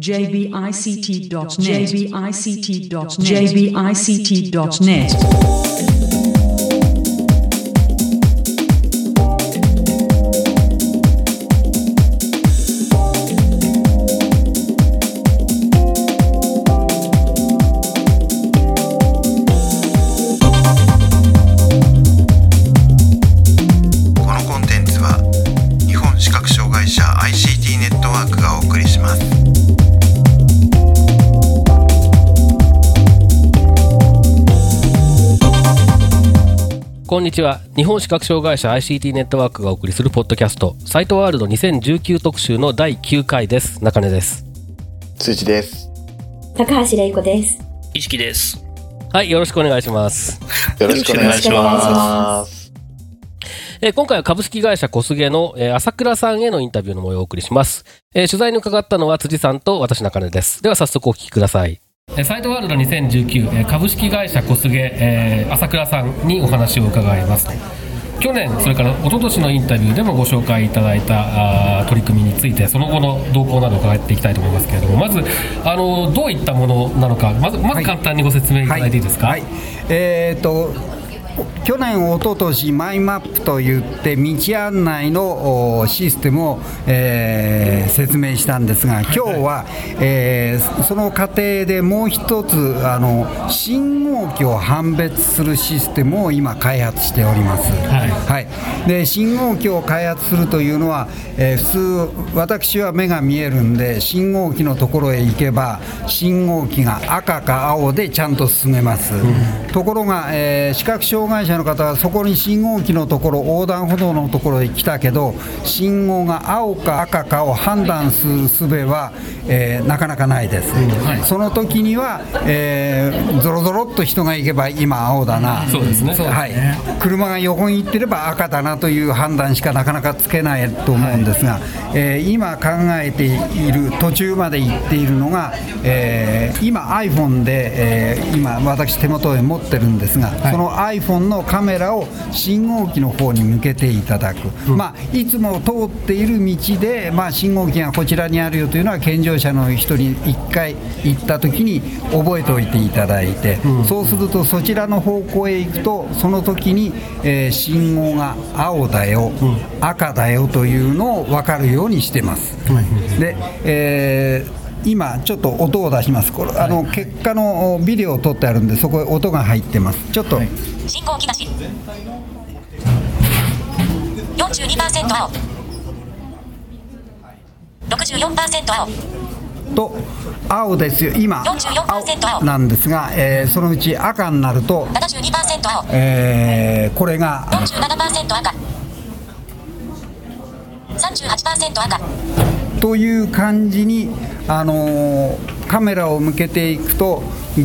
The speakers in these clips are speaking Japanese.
jbict.net。 こんにちは。日本視覚障害者 ICT ネットワークがお送りするポッドキャストサイトワールド2019特集の第9回です。中根です。 辻です。 高橋玲子です。 石木です。 はい、よろしくお願いします。 よろしくお願いします。 今回は株式会社小菅の朝倉さんへのインタビューの模様をお送りします。取材に伺ったのは辻さんと私中根です。では早速お聞きください。サイトワールド2019株式会社小菅朝倉さんにお話を伺います。去年それから一昨年のインタビューでもご紹介いただいた取り組みについてその後の動向などを伺っていきたいと思いますけれども、まずどういったものなのかまず簡単にご説明いただいていいですか。 去年、一昨年マイマップといって道案内のシステムを、説明したんですが、今日は、その過程でもう一つ信号機を判別するシステムを今開発しております。で信号機を開発するというのは、普通私は目が見えるんで信号機のところへ行けば信号機が赤か青でちゃんと進めます。ところが、視覚障害者の方はそこに信号機のところ横断歩道のところへ来たけど信号が青か赤かを判断する術は、なかなかないです。その時には、ゾロゾロっと人が行けば今青だな、 そうですね、 車が横に行ってれば赤だなという判断しかなかなかつけないと思うんですが、今考えている途中まで行っているのが、今 iPhone で、今私手元へ持ってるんですが、その iPhone のカメラを信号機の方に向けていただく、いつも通っている道で、信号機がこちらにあるよというのは健常者の人に1回行った時に覚えておいていただいて、そうするとそちらの方向へ行くとその時に、信号が青だよ、赤だよというのを分かるようにしてます。で、今ちょっと音を出します。これ結果のビデオを撮ってあるんでそこへ音が入ってます。ちょっと、 信号機なし 42% 青 64% 青と青ですよ。今 44% 青なんですが、そのうち赤になると 72% 青、 これが 47% 赤 38% 赤という感じに、カメラを向けていくと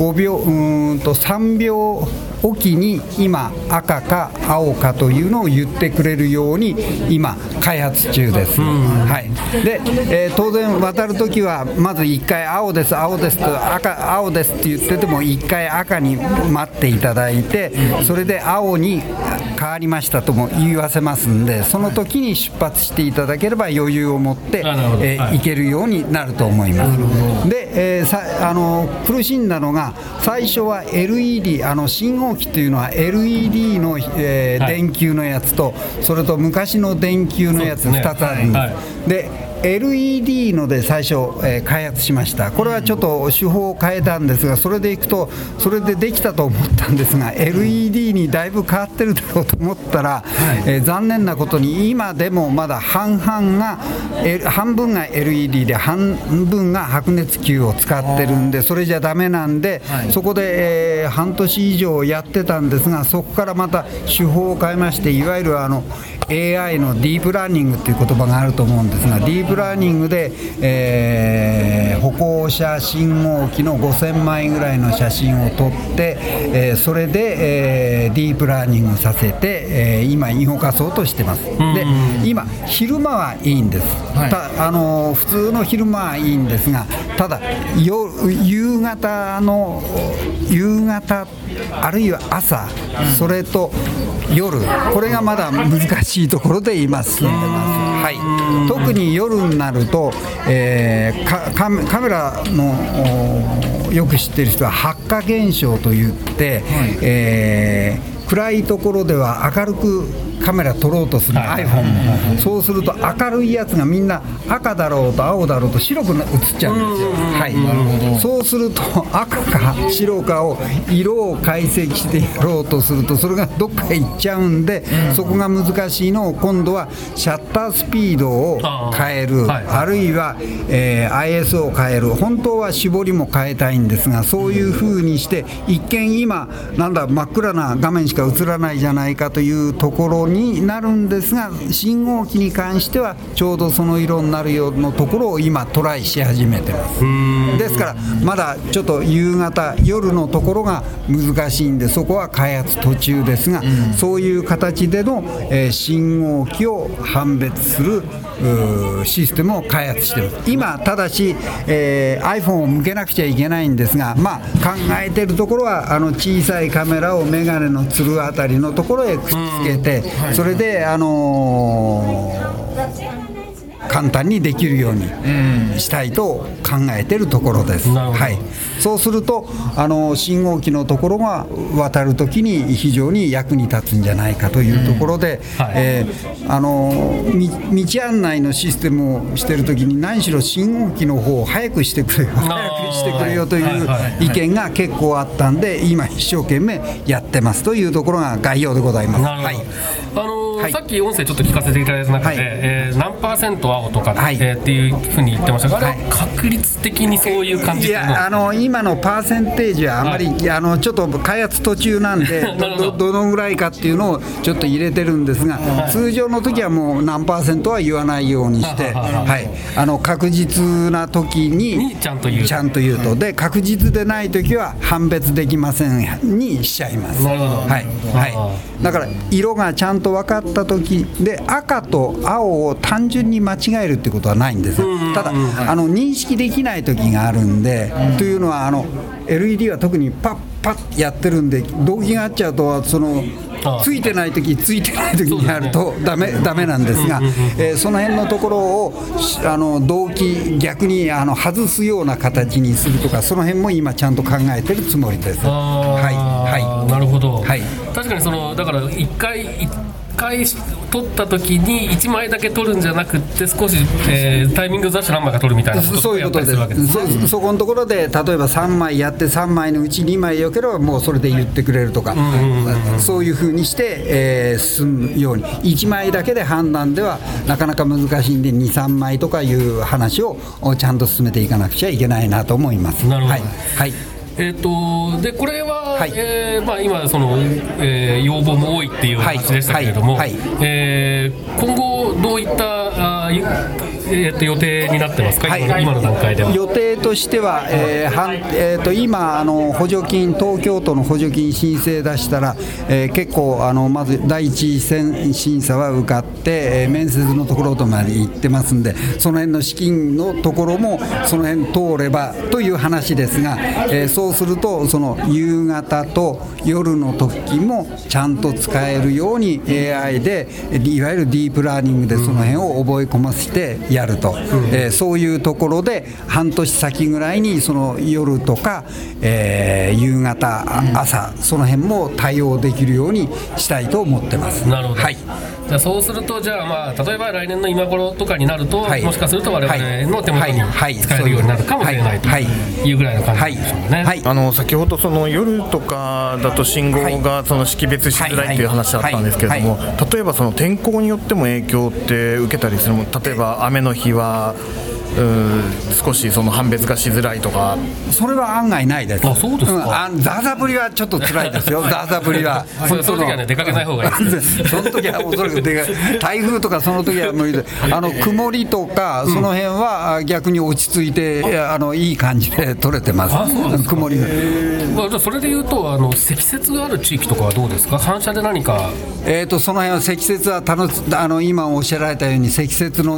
3秒おきに今赤か青かというのを言ってくれるように今開発中です。で、当然渡るときはまず1回青です青ですと青ですって言ってても1回赤に待っていただいて、それで青に変わりましたとも言わせますんで、その時に出発していただければ余裕を持って行けるようになると思います。で、苦しんだのが最初は LED 信号機というのは LED の、電球のやつとそれと昔の電球のやつ2つあるんです。でLED ので最初、開発しました。これはちょっと手法を変えたんですが、それでいくとそれでできたと思ったんですが LED にだいぶ変わってるだろうと思ったら、残念なことに今でもまだ半分が LED で半分が白熱球を使ってるんで、それじゃダメなんで、そこで、半年以上やってたんですが、そこからまた手法を変えまして、いわゆるAI のディープラーニングという言葉があると思うんですが、ディープラーニングで、歩行者信号機の5000枚ぐらいの写真を撮って、それで、ディープラーニングさせて、今動かそうとしてます。で今昼間はいいんです。普通の昼間はいいんですが、 ただ夕方あるいは朝、それと夜、これがまだ難しいところで今進んでます。はい、特に夜になると、カメラのよく知っている人は白化現象といって、暗いところでは明るくカメラ撮ろうとする iPhone も、そうすると明るいやつがみんな赤だろうと青だろうと白く映っちゃうんですよ。はい、そうすると赤か白かを色を解析してやろうとするとそれがどっか行っちゃうんで、そこが難しいのを今度はシャッタースピードを変える、あるいは、ISO を変える、本当は絞りも変えたいんですが、そういう風にして一見今なんだ真っ暗な画面しか映らないじゃないかというところになるんですが、信号機に関してはちょうどその色になるようなところを今トライし始めてます。ですからまだちょっと夕方夜のところが難しいんで、そこは開発途中ですが、そういう形での、信号機を判別するシステムを開発しています。今ただし、iPhone を向けなくちゃいけないんですが、考えているところは小さいカメラをメガネのつるあたりのところへくっつけて、それで簡単にできるようにしたいと考えているところです。はい、そうすると信号機のところが渡るときに非常に役に立つんじゃないかというところで、道案内のシステムをしているときに何しろ信号機の方を早くしてくれよという意見が結構あったんで、今一生懸命やってますというところが概要でございます。はい、 さっき音声ちょっと聞かせていただいた中で、何%青とか、っていうふうに言ってましたが、あれは確率的にそういう感じ。いや、 今のパーセンテージはあまり、ちょっと開発途中なんでどのぐらいかっていうのをちょっと入れてるんですが、通常の時はもう何パーセントは言わないようにして、確実な時にちゃんと言うと、で確実でない時は判別できませんにしちゃいます。だから色がちゃんと分かった時で赤と青を単純に間違えるってことはないんです。ただ認識できない時があるんで、というのはLED は特にパッパッやってるんで、動機が合っちゃうとついてない時にやるとダメなんですが、その辺のところを動機逆に外すような形にするとか、その辺も今ちゃんと考えてるつもりです。 なるほど。確かにだから1回撮った時に1枚だけ撮るんじゃなくて、少し、タイミングずらして何枚か撮るみたいなことをやったりするわけですね。 そこのところで例えば3枚やって3枚のうち2枚よければもうそれで言ってくれるとか、そういう風にして、進むように、1枚だけで判断ではなかなか難しいんで 2,3 枚とかいう話をちゃんと進めていかなくちゃいけないなと思います。 なるほど。でこれは、今要望も多いっていう話でしたけれども、今後どういった予定になってますか、今の段階では。 予定としては、今補助金、東京都の補助金申請出したら、結構まず第一審査は受かって、面接のところとまで行ってますんで、その辺の資金のところもその辺通ればという話ですが、そうするとその夕方と夜の時もちゃんと使えるように AI でいわゆるディープラーニングでその辺を覚え込ませてやると、そういうところで半年先ぐらいにその夜とか、夕方、朝、その辺も対応できるようにしたいと思ってます。 なるほど。じゃあそうすると、例えば来年の今頃とかになると、もしかすると我々の手元に使えるようになるかもしれないというぐらいの感じでしょうね。 先ほど夜とかだと信号が識別しづらいという話だったんですけれども、例えば天候によっても影響って受けたりするもの、例えば雨の日は少し判別がしづらいとか。 それは案外ないです。 そうですか。 ザーザー降りはちょっと辛いですよ。ザーザー降りはその時はね、出かけない方がいいです。 その時はおそらく台風とかその時は無理で、曇りとかその辺は逆に落ち着いていい感じで取れてます。曇りそれでいうと積雪がある地域とかはどうですか。反射で何かその辺は積雪は今おっしゃられたように積雪の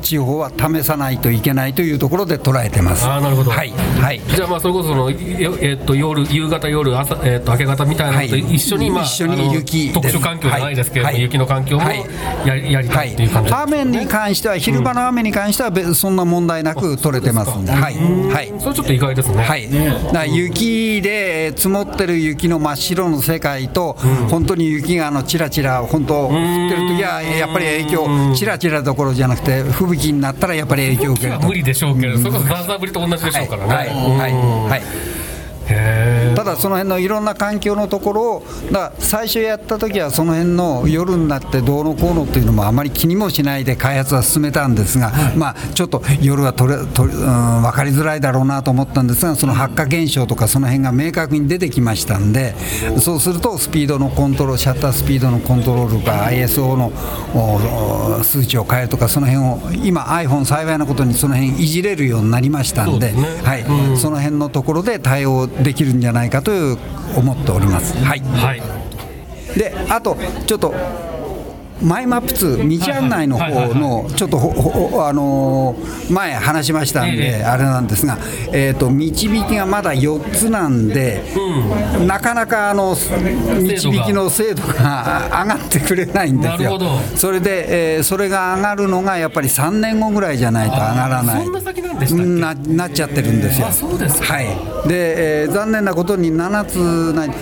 地方は試さないといけないというところで捉えてます。 なるほど。 はい、はい、 じゃあそれこそ夜、夕方、夜、朝、明け方みたいなのと一緒に、 一緒に雪特殊環境じゃないですけれども、雪の環境もやりたいという感じですね。 雨に関しては、昼間の雨に関してはそんな問題なく取れてますんで、はい、はい、 それちょっと意外ですね。 はい、だから雪で積もってる雪の真っ白の世界と、本当に雪がちらちら本当降ってる時はやっぱり影響、ちらちらどころじゃなくて吹雪になったらやっぱり影響を受けると。 無理でしょうけど、それこそザーザー降りと同じでしょうからね。 はい、はい、ただその辺のいろんな環境のところを、だから最初やった時はその辺の夜になってどうのこうのっていうのもあまり気にもしないで開発は進めたんですが、ちょっと夜は分かりづらいだろうなと思ったんですが、その発火現象とかその辺が明確に出てきましたんで、そうするとスピードのコントロール、シャッタースピードのコントロールとか ISO の数値を変えるとか、その辺を今 iPhone 幸いなことにその辺いじれるようになりましたんで、はい、その辺のところで対応できるんじゃないかと思っております。はい、はい、であとちょっとマイマップ2道案内の方のちょっと前話しましたんであれなんですが、導きがまだ4つなんで、なかなか導きの精度が上がってくれないんですよ。それで、それが上がるのがやっぱり3年後ぐらいじゃないと上がらない。 そんな先なんでしたっけ？ なっちゃってるんですよ。 そうですか。 はい。で、残念なことに7つない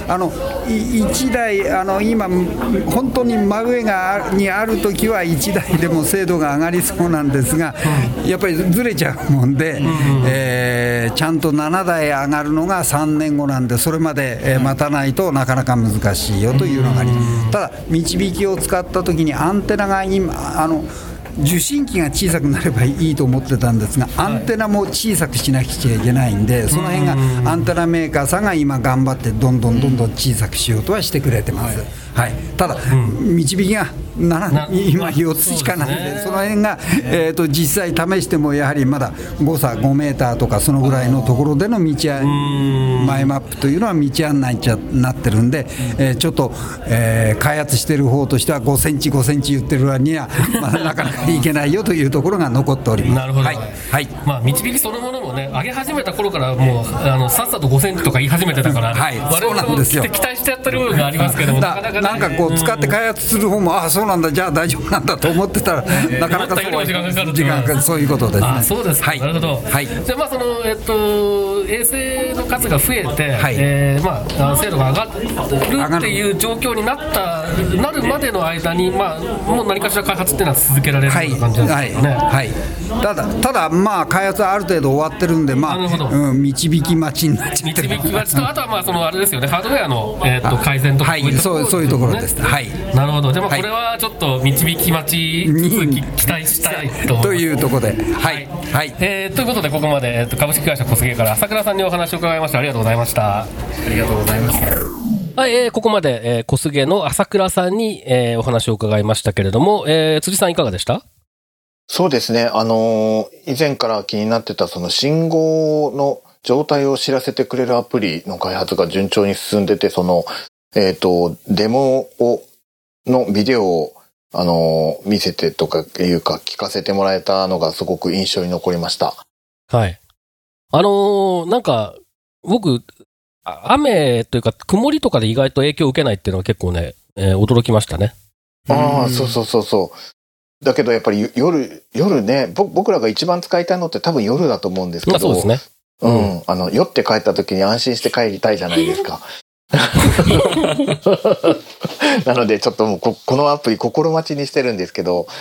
1台今本当に真上にあるときは1台でも精度が上がりそうなんですが、やっぱりずれちゃうもんで、ちゃんと7台上がるのが3年後なんで、それまで待たないとなかなか難しいよというのがあり、ただ導きを使ったときにアンテナが今受信機が小さくなればいいと思ってたんですが、アンテナも小さくしなくちゃいけないんで、その辺がアンテナメーカーさんが今頑張ってどんどん小さくしようとはしてくれてます。はい、ただ導きが今4つしかないんで、その辺が、実際試してもやはりまだ誤差5メーターとかそのぐらいのところでのマイマップというのは道案内になってるんで、ちょっと、開発してる方としては5センチ言ってる割には、なかなかいけないよというところが残っております。 なるほど。 はい、はい、 導きそのものもね、上げ始めた頃からもうさっさと5センチとか言い始めてたから、 はい、 我々も期待してやってる部分がありますけども、 なんかこう使って開発する方もそうなんだ、じゃあ大丈夫なんだと思ってたら、なかなかそう時間がかかる時間がそういうことですね。 そうですか、 はい、 なるほど。 はい、 じゃあ衛星の数が増えて、 はい、 精度が上がるっていう状況になるまでの間に、もう何かしら開発っていうのは続けられるような感じなんですね。 はい、ただ開発はある程度終わってるんで、導き待ちになっちゃってる。 導き待ちと、あとはあれですよね、ハードウェアの、改善とか、 そういうところです。はい、 なるほど。じゃあこれはちょっと導き待ちに期待したいと思います。 というところで、はい、はい、 ということでここまで株式会社小菅から朝倉さんにお話を伺いました。ありがとうございました。 ありがとうございました。 はい、ここまで、小菅の朝倉さんに、お話を伺いましたけれども、辻さんいかがでした？ そうですね。以前から気になってたその信号の状態を知らせてくれるアプリの開発が順調に進んでて、デモのビデオを見せてとかいうか聞かせてもらえたのがすごく印象に残りました。はい。 なんか僕雨というか曇りとかで意外と影響を受けないっていうのは結構ね、驚きましたね。 そう。だけどやっぱり夜ね、僕らが一番使いたいのって多分夜だと思うんですけど。 そうですね。 酔って帰った時に安心して帰りたいじゃないですか。なのでちょっともうこのアプリ心待ちにしてるんですけど、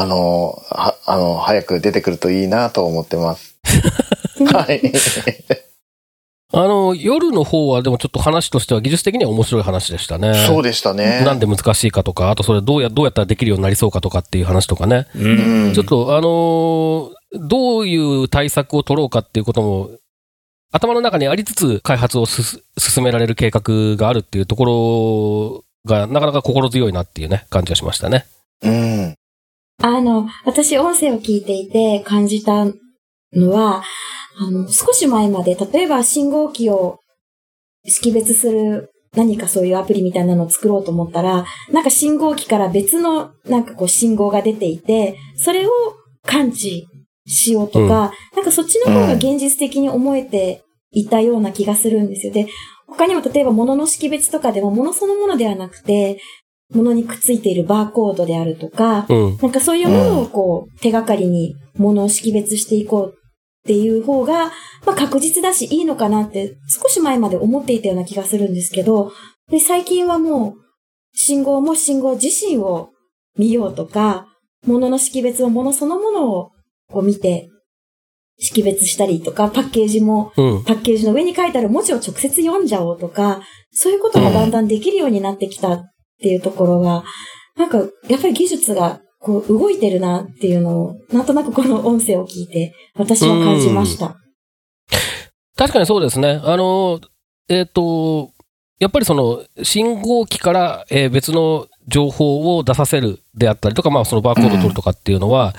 早く出てくるといいなと思ってます。はい。 夜の方はでもちょっと話としては技術的には面白い話でしたね。 そうでしたね。 なんで難しいかとか、あとそれどうやったらできるようになりそうかとかっていう話とかね。ちょっとどういう対策を取ろうかっていうことも頭の中にありつつ開発を進められる計画があるっていうところがなかなか心強いなっていうね感じがしましたね。 私音声を聞いていて感じたのは、少し前まで例えば信号機を識別する何かそういうアプリみたいなのを作ろうと思ったら、なんか信号機から別のなんかこう信号が出ていて、それを感知しようとか、なんかそっちの方が現実的に思えていたような気がするんですよ。で、他にも例えば物の識別とかでも物そのものではなくて、物にくっついているバーコードであるとか、なんかそういうものをこう手がかりに物を識別していこうっていう方が、まあ確実だしいいのかなって少し前まで思っていたような気がするんですけど、で、最近はもう信号も信号自身を見ようとか、物の識別を物そのものをこう見て識別したりとか、パッケージも、パッケージの上に書いてある文字を直接読んじゃおうとか、そういうことがだんだんできるようになってきたっていうところは、なんかやっぱり技術がこう動いてるなっていうのを、なんとなくこの音声を聞いて私も感じました。 確かにそうですね。やっぱりその信号機から、別の情報を出させるであったりとか、まあそのバーコードを取るとかっていうのは、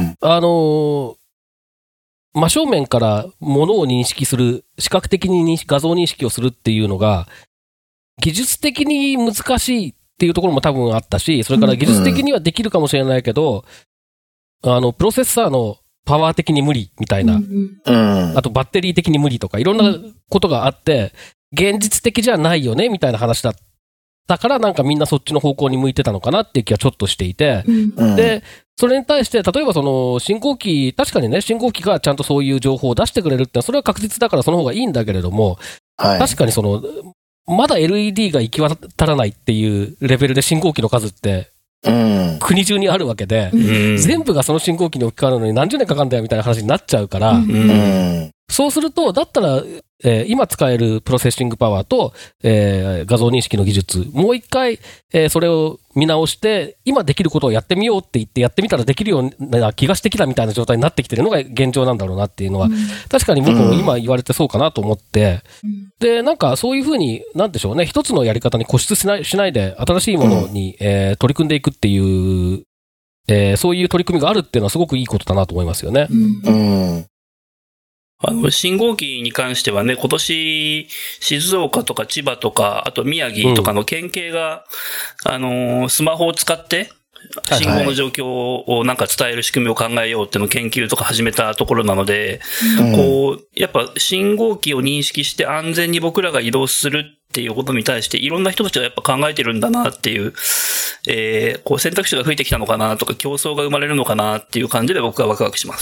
真正面から物を認識する、視覚的に画像認識をするっていうのが、技術的に難しいっていうところも多分あったし、それから技術的にはできるかもしれないけど、プロセッサーのパワー的に無理みたいな、あとバッテリー的に無理とか、いろんなことがあって、現実的じゃないよねみたいな話だったから、なんかみんなそっちの方向に向いてたのかなっていう気はちょっとしていて、で、それに対して、例えばその信号機、確かにね、信号機がちゃんとそういう情報を出してくれるってのは、それは確実だからその方がいいんだけれども、確かにその、まだ LED が行き渡らないっていうレベルで信号機の数って、国中にあるわけで、全部がその信号機に置き換わるのに何十年かかるんだよみたいな話になっちゃうから、そうすると、だったら、今使えるプロセッシングパワーと、画像認識の技術、もう一回、それを見直して、今できることをやってみようって言ってやってみたらできるような気がしてきたみたいな状態になってきてるのが現状なんだろうなっていうのは、確かに僕も今言われてそうかなと思って、で、なんかそういうふうに、なんでしょうね、一つのやり方に固執しないで、新しいものに、取り組んでいくっていう、そういう取り組みがあるっていうのはすごくいいことだなと思いますよね。 信号機に関してはね、今年、静岡とか千葉とか、あと宮城とかの県警が、スマホを使って、信号の状況をなんか伝える仕組みを考えようっていうのを研究とか始めたところなので、こう、やっぱ信号機を認識して安全に僕らが移動するっていうことに対して、いろんな人たちがやっぱ考えてるんだなっていう、こう選択肢が増えてきたのかなとか、競争が生まれるのかなっていう感じで僕はワクワクします。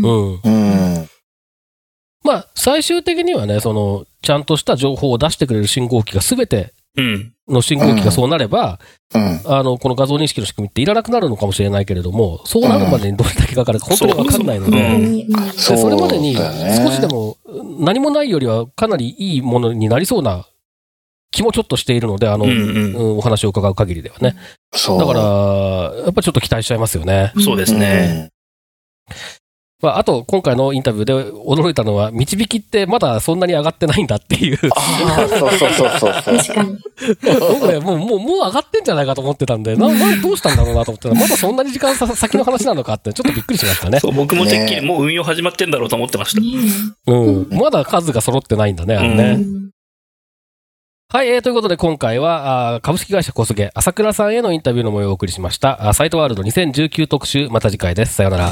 まあ、最終的にはね、その、ちゃんとした情報を出してくれる信号機が全ての信号機がそうなれば、この画像認識の仕組みっていらなくなるのかもしれないけれども、そうなるまでにどれだけかかるか本当にわかんないので、それまでに少しでも何もないよりはかなりいいものになりそうな気もちょっとしているので、お話を伺う限りではね。だから、やっぱりちょっと期待しちゃいますよね。 そうですね。 まあ、あと、今回のインタビューで驚いたのは、導きってまだそんなに上がってないんだっていう。 確かに。 僕ね、もう上がってんじゃないかと思ってたんで、どうしたんだろうなと思ってたら、まだそんなに時間先の話なのかって、ちょっとびっくりしましたね。 そう、僕もてっきりもう運用始まってんだろうと思ってました。 まだ数が揃ってないんだね、あれね。はい、ということで今回は、株式会社小菅、朝倉さんへのインタビューの模様をお送りしました。サイトワールド2019特集、また次回です。さようなら。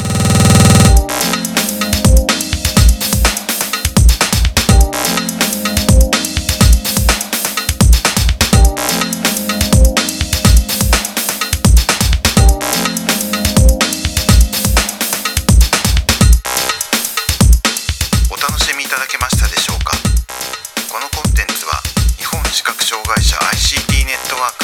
視覚障害者 ICT ネットワーク